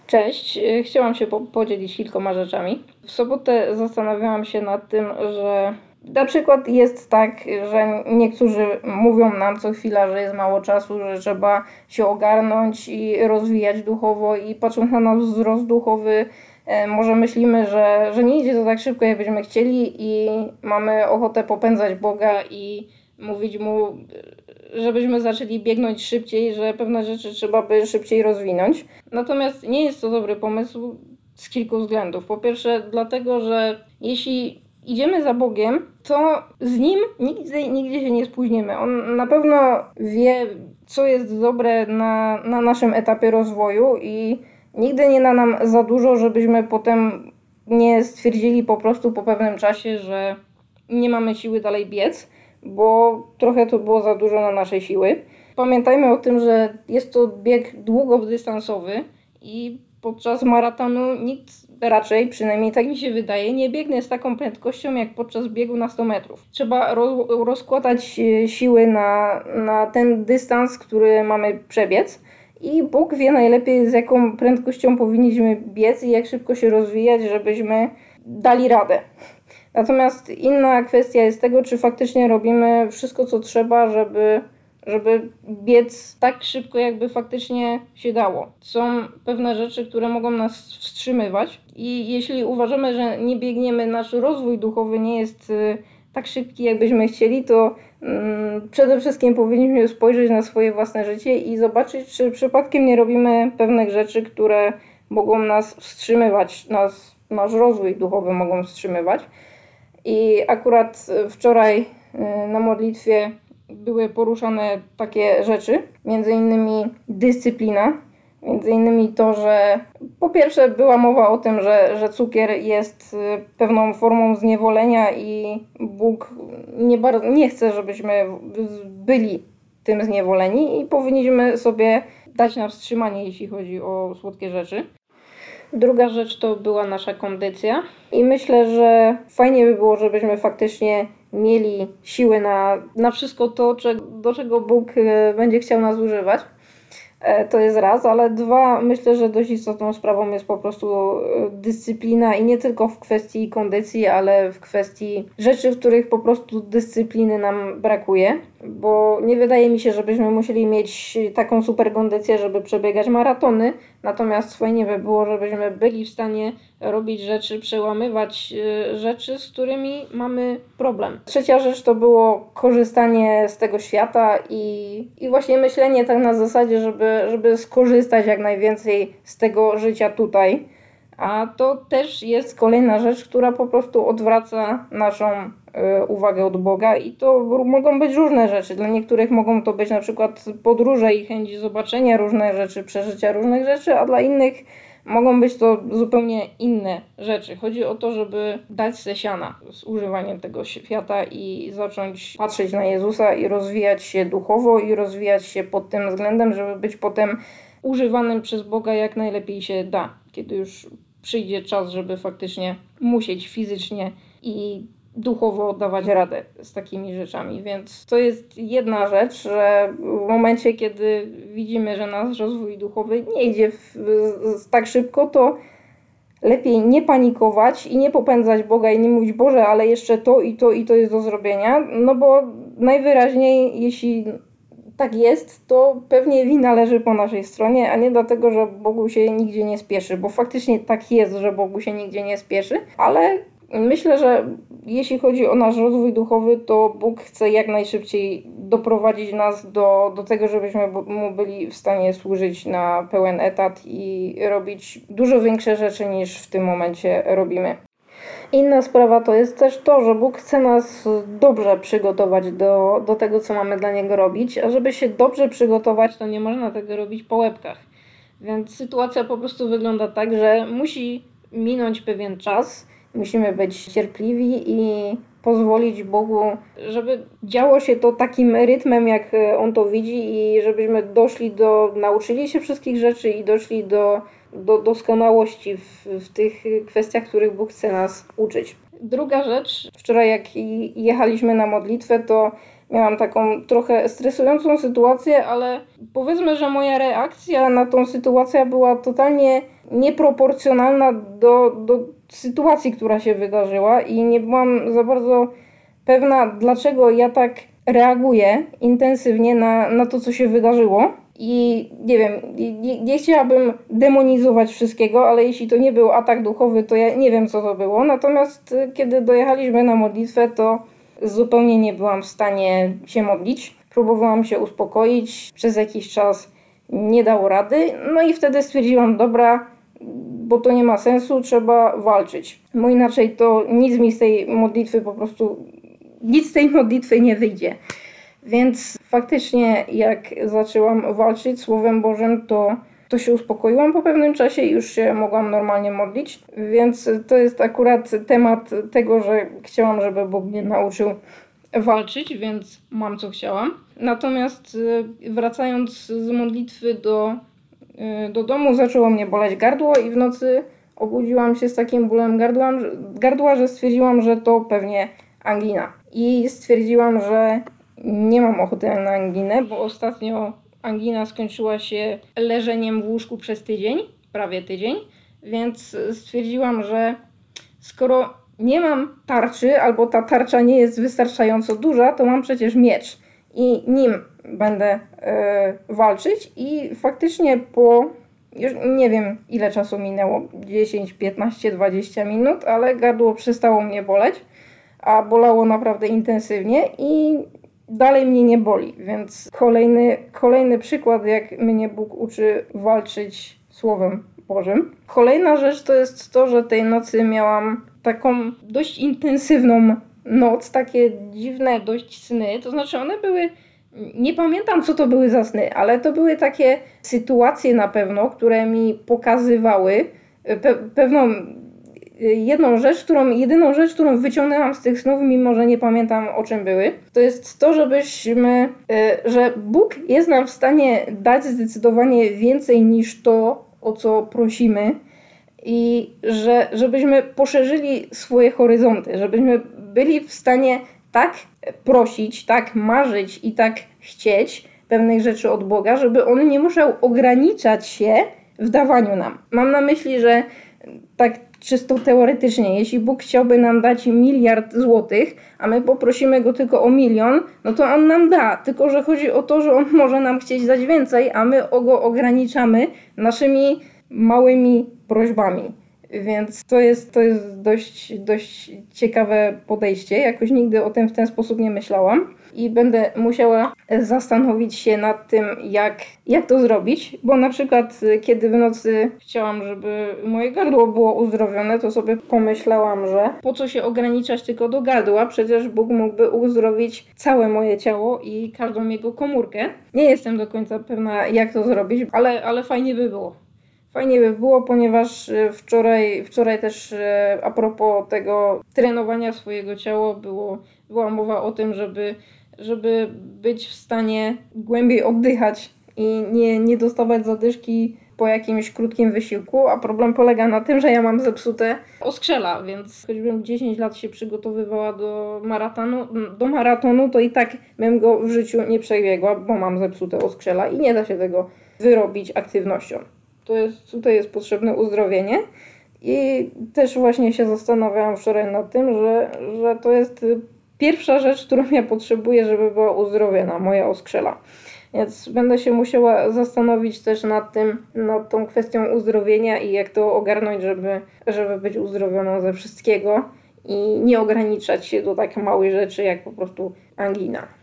Cześć, chciałam się podzielić kilkoma rzeczami. W sobotę zastanawiałam się nad tym, że na przykład jest tak, że niektórzy mówią nam co chwila, że jest mało czasu, że trzeba się ogarnąć i rozwijać duchowo i patrząc na nasz wzrost duchowy, może myślimy, że nie idzie to tak szybko, jak byśmy chcieli i mamy ochotę popędzać Boga i mówić Mu, żebyśmy zaczęli biegnąć szybciej, że pewne rzeczy trzeba by szybciej rozwinąć. Natomiast nie jest to dobry pomysł z kilku względów. Po pierwsze dlatego, że jeśli idziemy za Bogiem, to z Nim nigdzie się nie spóźnimy. On na pewno wie, co jest dobre na naszym etapie rozwoju i nigdy nie da nam za dużo, żebyśmy potem nie stwierdzili po prostu po pewnym czasie, że nie mamy siły dalej biec, bo trochę to było za dużo na nasze siły. Pamiętajmy o tym, że jest to bieg długodystansowy i podczas maratonu nikt raczej, przynajmniej tak mi się wydaje, nie biegnie z taką prędkością jak podczas biegu na 100 metrów. Trzeba rozkładać siły na ten dystans, który mamy przebiec i Bóg wie najlepiej, z jaką prędkością powinniśmy biec i jak szybko się rozwijać, żebyśmy dali radę. Natomiast inna kwestia jest tego, czy faktycznie robimy wszystko, co trzeba, żeby biec tak szybko, jakby faktycznie się dało. Są pewne rzeczy, które mogą nas wstrzymywać i jeśli uważamy, że nie biegniemy, nasz rozwój duchowy nie jest tak szybki, jakbyśmy chcieli, to przede wszystkim powinniśmy spojrzeć na swoje własne życie i zobaczyć, czy przypadkiem nie robimy pewnych rzeczy, które mogą nas wstrzymywać, nasz rozwój duchowy mogą wstrzymywać. I akurat wczoraj na modlitwie były poruszane takie rzeczy, między innymi dyscyplina, między innymi to, że po pierwsze była mowa o tym, że cukier jest pewną formą zniewolenia i Bóg nie chce, żebyśmy byli tym zniewoleni i powinniśmy sobie dać na wstrzymanie, jeśli chodzi o słodkie rzeczy. Druga rzecz to była nasza kondycja i myślę, że fajnie by było, żebyśmy faktycznie mieli siły na wszystko to, do czego Bóg będzie chciał nas używać. To jest raz, ale dwa, myślę, że dość istotną sprawą jest po prostu dyscyplina i nie tylko w kwestii kondycji, ale w kwestii rzeczy, w których po prostu dyscypliny nam brakuje, bo nie wydaje mi się, żebyśmy musieli mieć taką super kondycję, żeby przebiegać maratony, natomiast fajnie by było, żebyśmy byli w stanie robić rzeczy, przełamywać rzeczy, z którymi mamy problem. Trzecia rzecz to było korzystanie z tego świata i właśnie myślenie tak na zasadzie, żeby skorzystać jak najwięcej z tego życia tutaj. A to też jest kolejna rzecz, która po prostu odwraca naszą uwagę od Boga i to mogą być różne rzeczy. Dla niektórych mogą to być na przykład podróże i chęć zobaczenia różnych rzeczy, przeżycia różnych rzeczy, a dla innych mogą być to zupełnie inne rzeczy. Chodzi o to, żeby dać se siana z używaniem tego świata i zacząć patrzeć na Jezusa i rozwijać się duchowo i rozwijać się pod tym względem, żeby być potem używanym przez Boga jak najlepiej się da, kiedy już przyjdzie czas, żeby faktycznie musieć fizycznie i duchowo dawać radę z takimi rzeczami, więc to jest jedna rzecz, że w momencie, kiedy widzimy, że nasz rozwój duchowy nie idzie tak szybko, to lepiej nie panikować i nie popędzać Boga i nie mówić, Boże, ale jeszcze to i to i to jest do zrobienia, no bo najwyraźniej, jeśli tak jest, to pewnie wina leży po naszej stronie, a nie dlatego, że Bogu się nigdzie nie spieszy, bo faktycznie tak jest, że Bogu się nigdzie nie spieszy, ale myślę, że jeśli chodzi o nasz rozwój duchowy, to Bóg chce jak najszybciej doprowadzić nas do tego, żebyśmy Mu byli w stanie służyć na pełen etat i robić dużo większe rzeczy niż w tym momencie robimy. Inna sprawa to jest też to, że Bóg chce nas dobrze przygotować do tego, co mamy dla Niego robić, a żeby się dobrze przygotować, to nie można tego robić po łebkach. Więc sytuacja po prostu wygląda tak, że musi minąć pewien czas, musimy być cierpliwi i pozwolić Bogu, żeby działo się to takim rytmem, jak On to widzi i żebyśmy nauczyli się wszystkich rzeczy i doszli do doskonałości w tych kwestiach, których Bóg chce nas uczyć. Druga rzecz, wczoraj jak jechaliśmy na modlitwę, to miałam taką trochę stresującą sytuację, ale powiedzmy, że moja reakcja na tą sytuację była totalnie nieproporcjonalna do sytuacji, która się wydarzyła i nie byłam za bardzo pewna, dlaczego ja tak reaguję intensywnie na to, co się wydarzyło. I nie wiem, nie chciałabym demonizować wszystkiego, ale jeśli to nie był atak duchowy, to ja nie wiem, co to było. Natomiast kiedy dojechaliśmy na modlitwę, to zupełnie nie byłam w stanie się modlić. Próbowałam się uspokoić, przez jakiś czas nie dało rady, no i wtedy stwierdziłam, dobra, bo to nie ma sensu, trzeba walczyć. Bo inaczej to nic mi z tej modlitwy po prostu, nic z tej modlitwy nie wyjdzie. Więc faktycznie jak zaczęłam walczyć Słowem Bożym, to się uspokoiłam po pewnym czasie i już się mogłam normalnie modlić. Więc to jest akurat temat tego, że chciałam, żeby Bóg mnie nauczył walczyć, więc mam co chciałam. Natomiast wracając z modlitwy do domu, zaczęło mnie boleć gardło i w nocy obudziłam się z takim bólem gardła, że stwierdziłam, że to pewnie angina. I stwierdziłam, że nie mam ochoty na anginę, bo ostatnio angina skończyła się leżeniem w łóżku przez tydzień, prawie tydzień, więc stwierdziłam, że skoro nie mam tarczy, albo ta tarcza nie jest wystarczająco duża, to mam przecież miecz i nim będę walczyć i faktycznie już nie wiem ile czasu minęło, 10, 15, 20 minut, ale gardło przestało mnie boleć, a bolało naprawdę intensywnie i dalej mnie nie boli, więc kolejny przykład, jak mnie Bóg uczy walczyć Słowem Bożym. Kolejna rzecz to jest to, że tej nocy miałam taką dość intensywną noc, takie dziwne dość sny, to znaczy one były, nie pamiętam co to były za sny, ale to były takie sytuacje na pewno, które mi pokazywały pewną jedyną rzecz, którą wyciągnęłam z tych snów, mimo że nie pamiętam o czym były, to jest to, że Bóg jest nam w stanie dać zdecydowanie więcej niż to, o co prosimy i żebyśmy poszerzyli swoje horyzonty, żebyśmy byli w stanie tak prosić, tak marzyć i tak chcieć pewnych rzeczy od Boga, żeby On nie musiał ograniczać się w dawaniu nam. Mam na myśli, że tak czysto teoretycznie, jeśli Bóg chciałby nam dać 1 miliard złotych, a my poprosimy Go tylko o 1 000 000, no to On nam da. Tylko że chodzi o to, że On może nam chcieć dać więcej, a my Go ograniczamy naszymi małymi prośbami. Więc to jest dość ciekawe podejście. Jakoś nigdy o tym w ten sposób nie myślałam. I będę musiała zastanowić się nad tym, jak to zrobić. Bo na przykład, kiedy w nocy chciałam, żeby moje gardło było uzdrowione, to sobie pomyślałam, że po co się ograniczać tylko do gardła? Przecież Bóg mógłby uzdrowić całe moje ciało i każdą jego komórkę. Nie jestem do końca pewna, jak to zrobić, ale fajnie by było. Fajnie by było, ponieważ wczoraj też a propos tego trenowania swojego ciała była mowa o tym, żeby być w stanie głębiej oddychać i nie dostawać zadyszki po jakimś krótkim wysiłku, a problem polega na tym, że ja mam zepsute oskrzela, więc choćbym 10 lat się przygotowywała do maratonu, to i tak bym go w życiu nie przebiegła, bo mam zepsute oskrzela i nie da się tego wyrobić aktywnością. Tutaj jest potrzebne uzdrowienie i też właśnie się zastanawiałam wczoraj nad tym, że to jest pierwsza rzecz, którą ja potrzebuję, żeby była uzdrowiona, moja oskrzela. Więc będę się musiała zastanowić też nad tą kwestią uzdrowienia i jak to ogarnąć, żeby być uzdrowioną ze wszystkiego i nie ograniczać się do tak małych rzeczy jak po prostu angina.